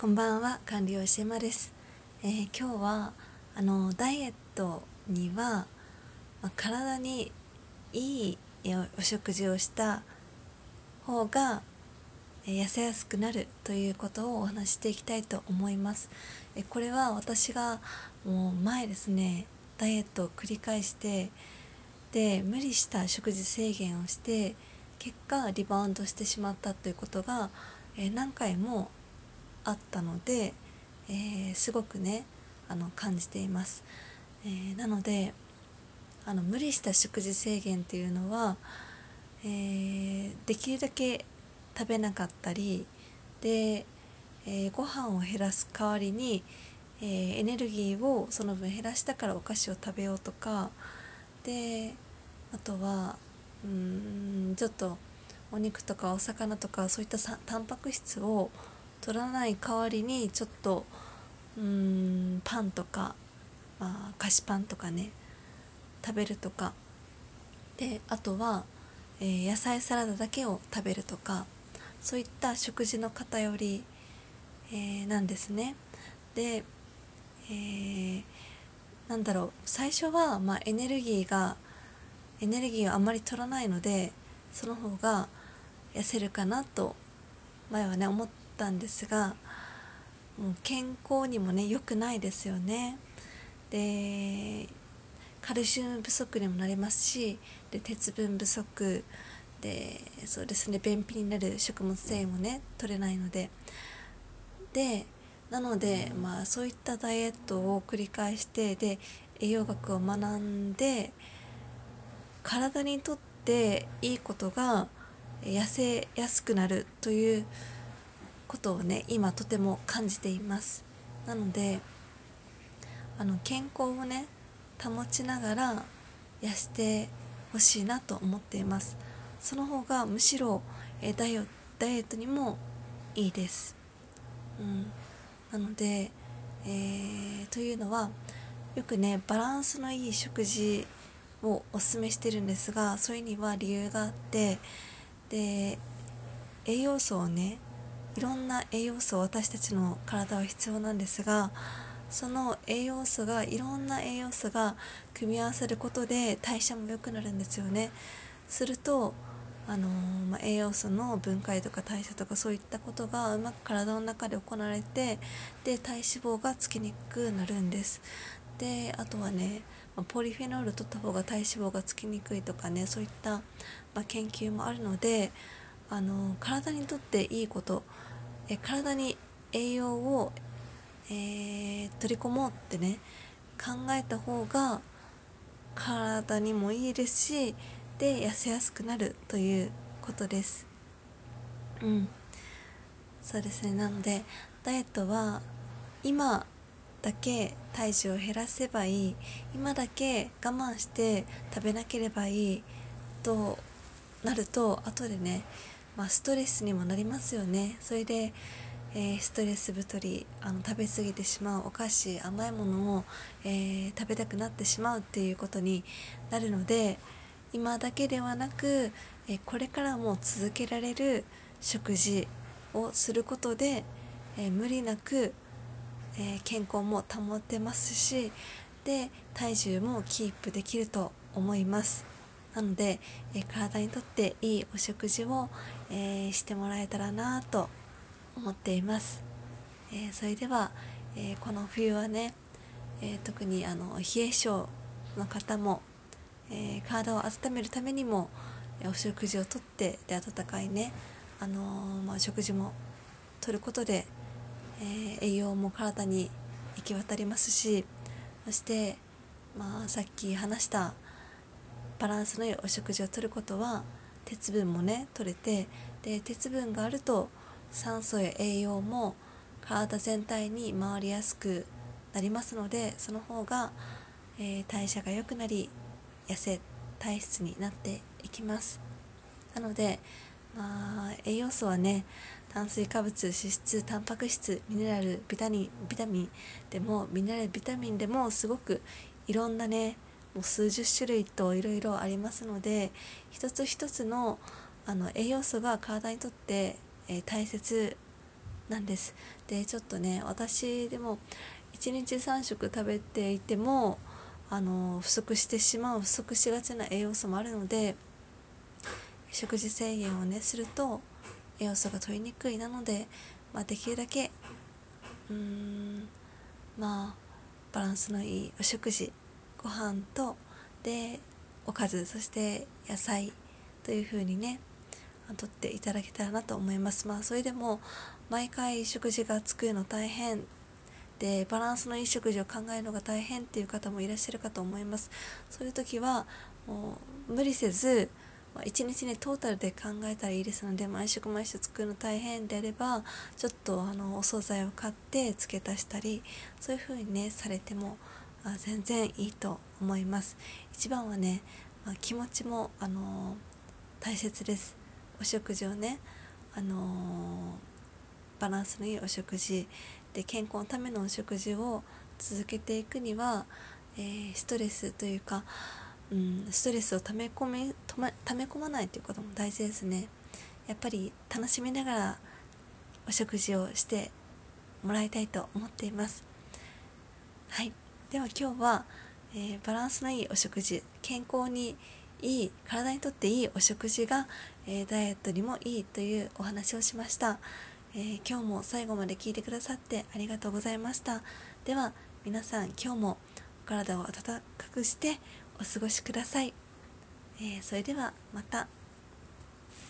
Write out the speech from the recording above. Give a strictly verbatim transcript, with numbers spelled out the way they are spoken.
こんばんは、管理栄養士エマです。えー今日はあのダイエットには、まあ体にいいえーお食事をした方がえー痩せやすくなるということをお話ししていきたいと思います。えーこれは私がもう前ですね、ダイエットを繰り返してで無理した食事制限をして結果リバウンドしてしまったということが、えー何回もあったので、えーすごくねあの感じています。えーなのであの無理した食事制限っていうのは、えーできるだけ食べなかったりで、えーご飯を減らす代わりに、えーエネルギーをその分減らしたからお菓子を食べようとかで、あとはうーんちょっとお肉とかお魚とかそういったさタンパク質を取らない代わりにちょっとうーんパンとか、まあ、菓子パンとかね食べるとかで、あとは、えー野菜サラダだけを食べるとか、そういった食事の偏り、えーなんですね。で、えーなんだろう最初は、まあ、エネルギーがエネルギーをあまり取らないのでその方が痩せるかなと前はね思ったんですが、もう健康にもね良くないですよね。でカルシウム不足にもなりますし、で鉄分不足で、そうですね、便秘になる食物繊維もね取れないので、でなので、まあ、そういったダイエットを繰り返してで栄養学を学んで体にとっていいことが痩せやすくなるということをね今とても感じています。なのであの健康をね保ちながら痩せてほしいなと思っています。その方がむしろえダイエダイエットにもいいです。うん、なので、えーというのはよくねバランスのいい食事をおすすめしてるんですが、それには理由があって、で栄養素をねいろんな栄養素を私たちの体は必要なんですが、その栄養素がいろんな栄養素が組み合わさることで代謝も良くなるんですよね。するとあのーまあ、栄養素の分解とか代謝とかそういったことがうまく体の中で行われてで体脂肪がつきにくくなるんです。であとはね、まあポリフェノール取った方が体脂肪がつきにくいとかね、そういった、まあ、研究もあるので、あの体にとっていいことえ体に栄養を、えー取り込もうってね考えた方が体にもいいですし、で痩せやすくなるということです。うんそうですね。なのでダイエットは今だけ体重を減らせばいい、今だけ我慢して食べなければいいとなると後でね、まあ、ストレスにもなりますよね。それで、えーストレス太り、あの食べ過ぎてしまうお菓子甘いものを、えー食べたくなってしまうっていうことになるので、今だけではなく、えーこれからも続けられる食事をすることで、えー無理なく、えー健康も保てますし、で体重もキープできると思います。なので、えー体にとっていいお食事を、えーしてもらえたらなと思っています。えーそれでは、えーこの冬はね、えー特にあの冷え性の方も、えー体を温めるためにもお食事をとってで温かいね、あのーまあ、食事もとることで、えー栄養も体に行き渡りますし、そして、まあ、さっき話したバランスのいいお食事をとることは鉄分もね取れて、で鉄分があると酸素や栄養も体全体に回りやすくなりますので、その方が、えー代謝が良くなり痩せ体質になっていきます。なので、まあ、栄養素はね炭水化物、脂質、タンパク質、ミネラル、ビタミンビタミンでもミネラルビタミンでもすごくいろんなねもう数十種類といろいろありますので、一つ一つのあの栄養素が体にとって、えー大切なんです。でちょっとね、私でもいちにちさん食食べていてもあの不足してしまう不足しがちな栄養素もあるので、食事制限をねすると栄養素が取りにくい。なので、まあ、できるだけうーんまあバランスのいいお食事、ご飯とでおかず、そして野菜という風にねとっていただけたらなと思います。まあそれでも毎回食事が作るの大変で、バランスのいい食事を考えるのが大変っていう方もいらっしゃるかと思います。そういう時はもう無理せず、まあ、いちにちねトータルで考えたらいいですので、毎食毎食作るの大変であればちょっとあのお惣菜を買って付け足したり、そういう風にねされてもあ全然いいと思います。一番はね、まあ、気持ちもあの大切です。お食事をね、あのバランスのいいお食事で健康のためのお食事を続けていくには、えー、ストレスというか、うん、ストレスをため込みため、ため込まないということも大事ですね。やっぱり楽しみながらお食事をしてもらいたいと思っています。はい、では今日は、えーバランスのいいお食事、健康にいい、体にとっていいお食事が、えーダイエットにもいいというお話をしました。えー今日も最後まで聞いてくださってありがとうございました。では皆さん、今日もお体を温かくしてお過ごしください。えーそれではまた。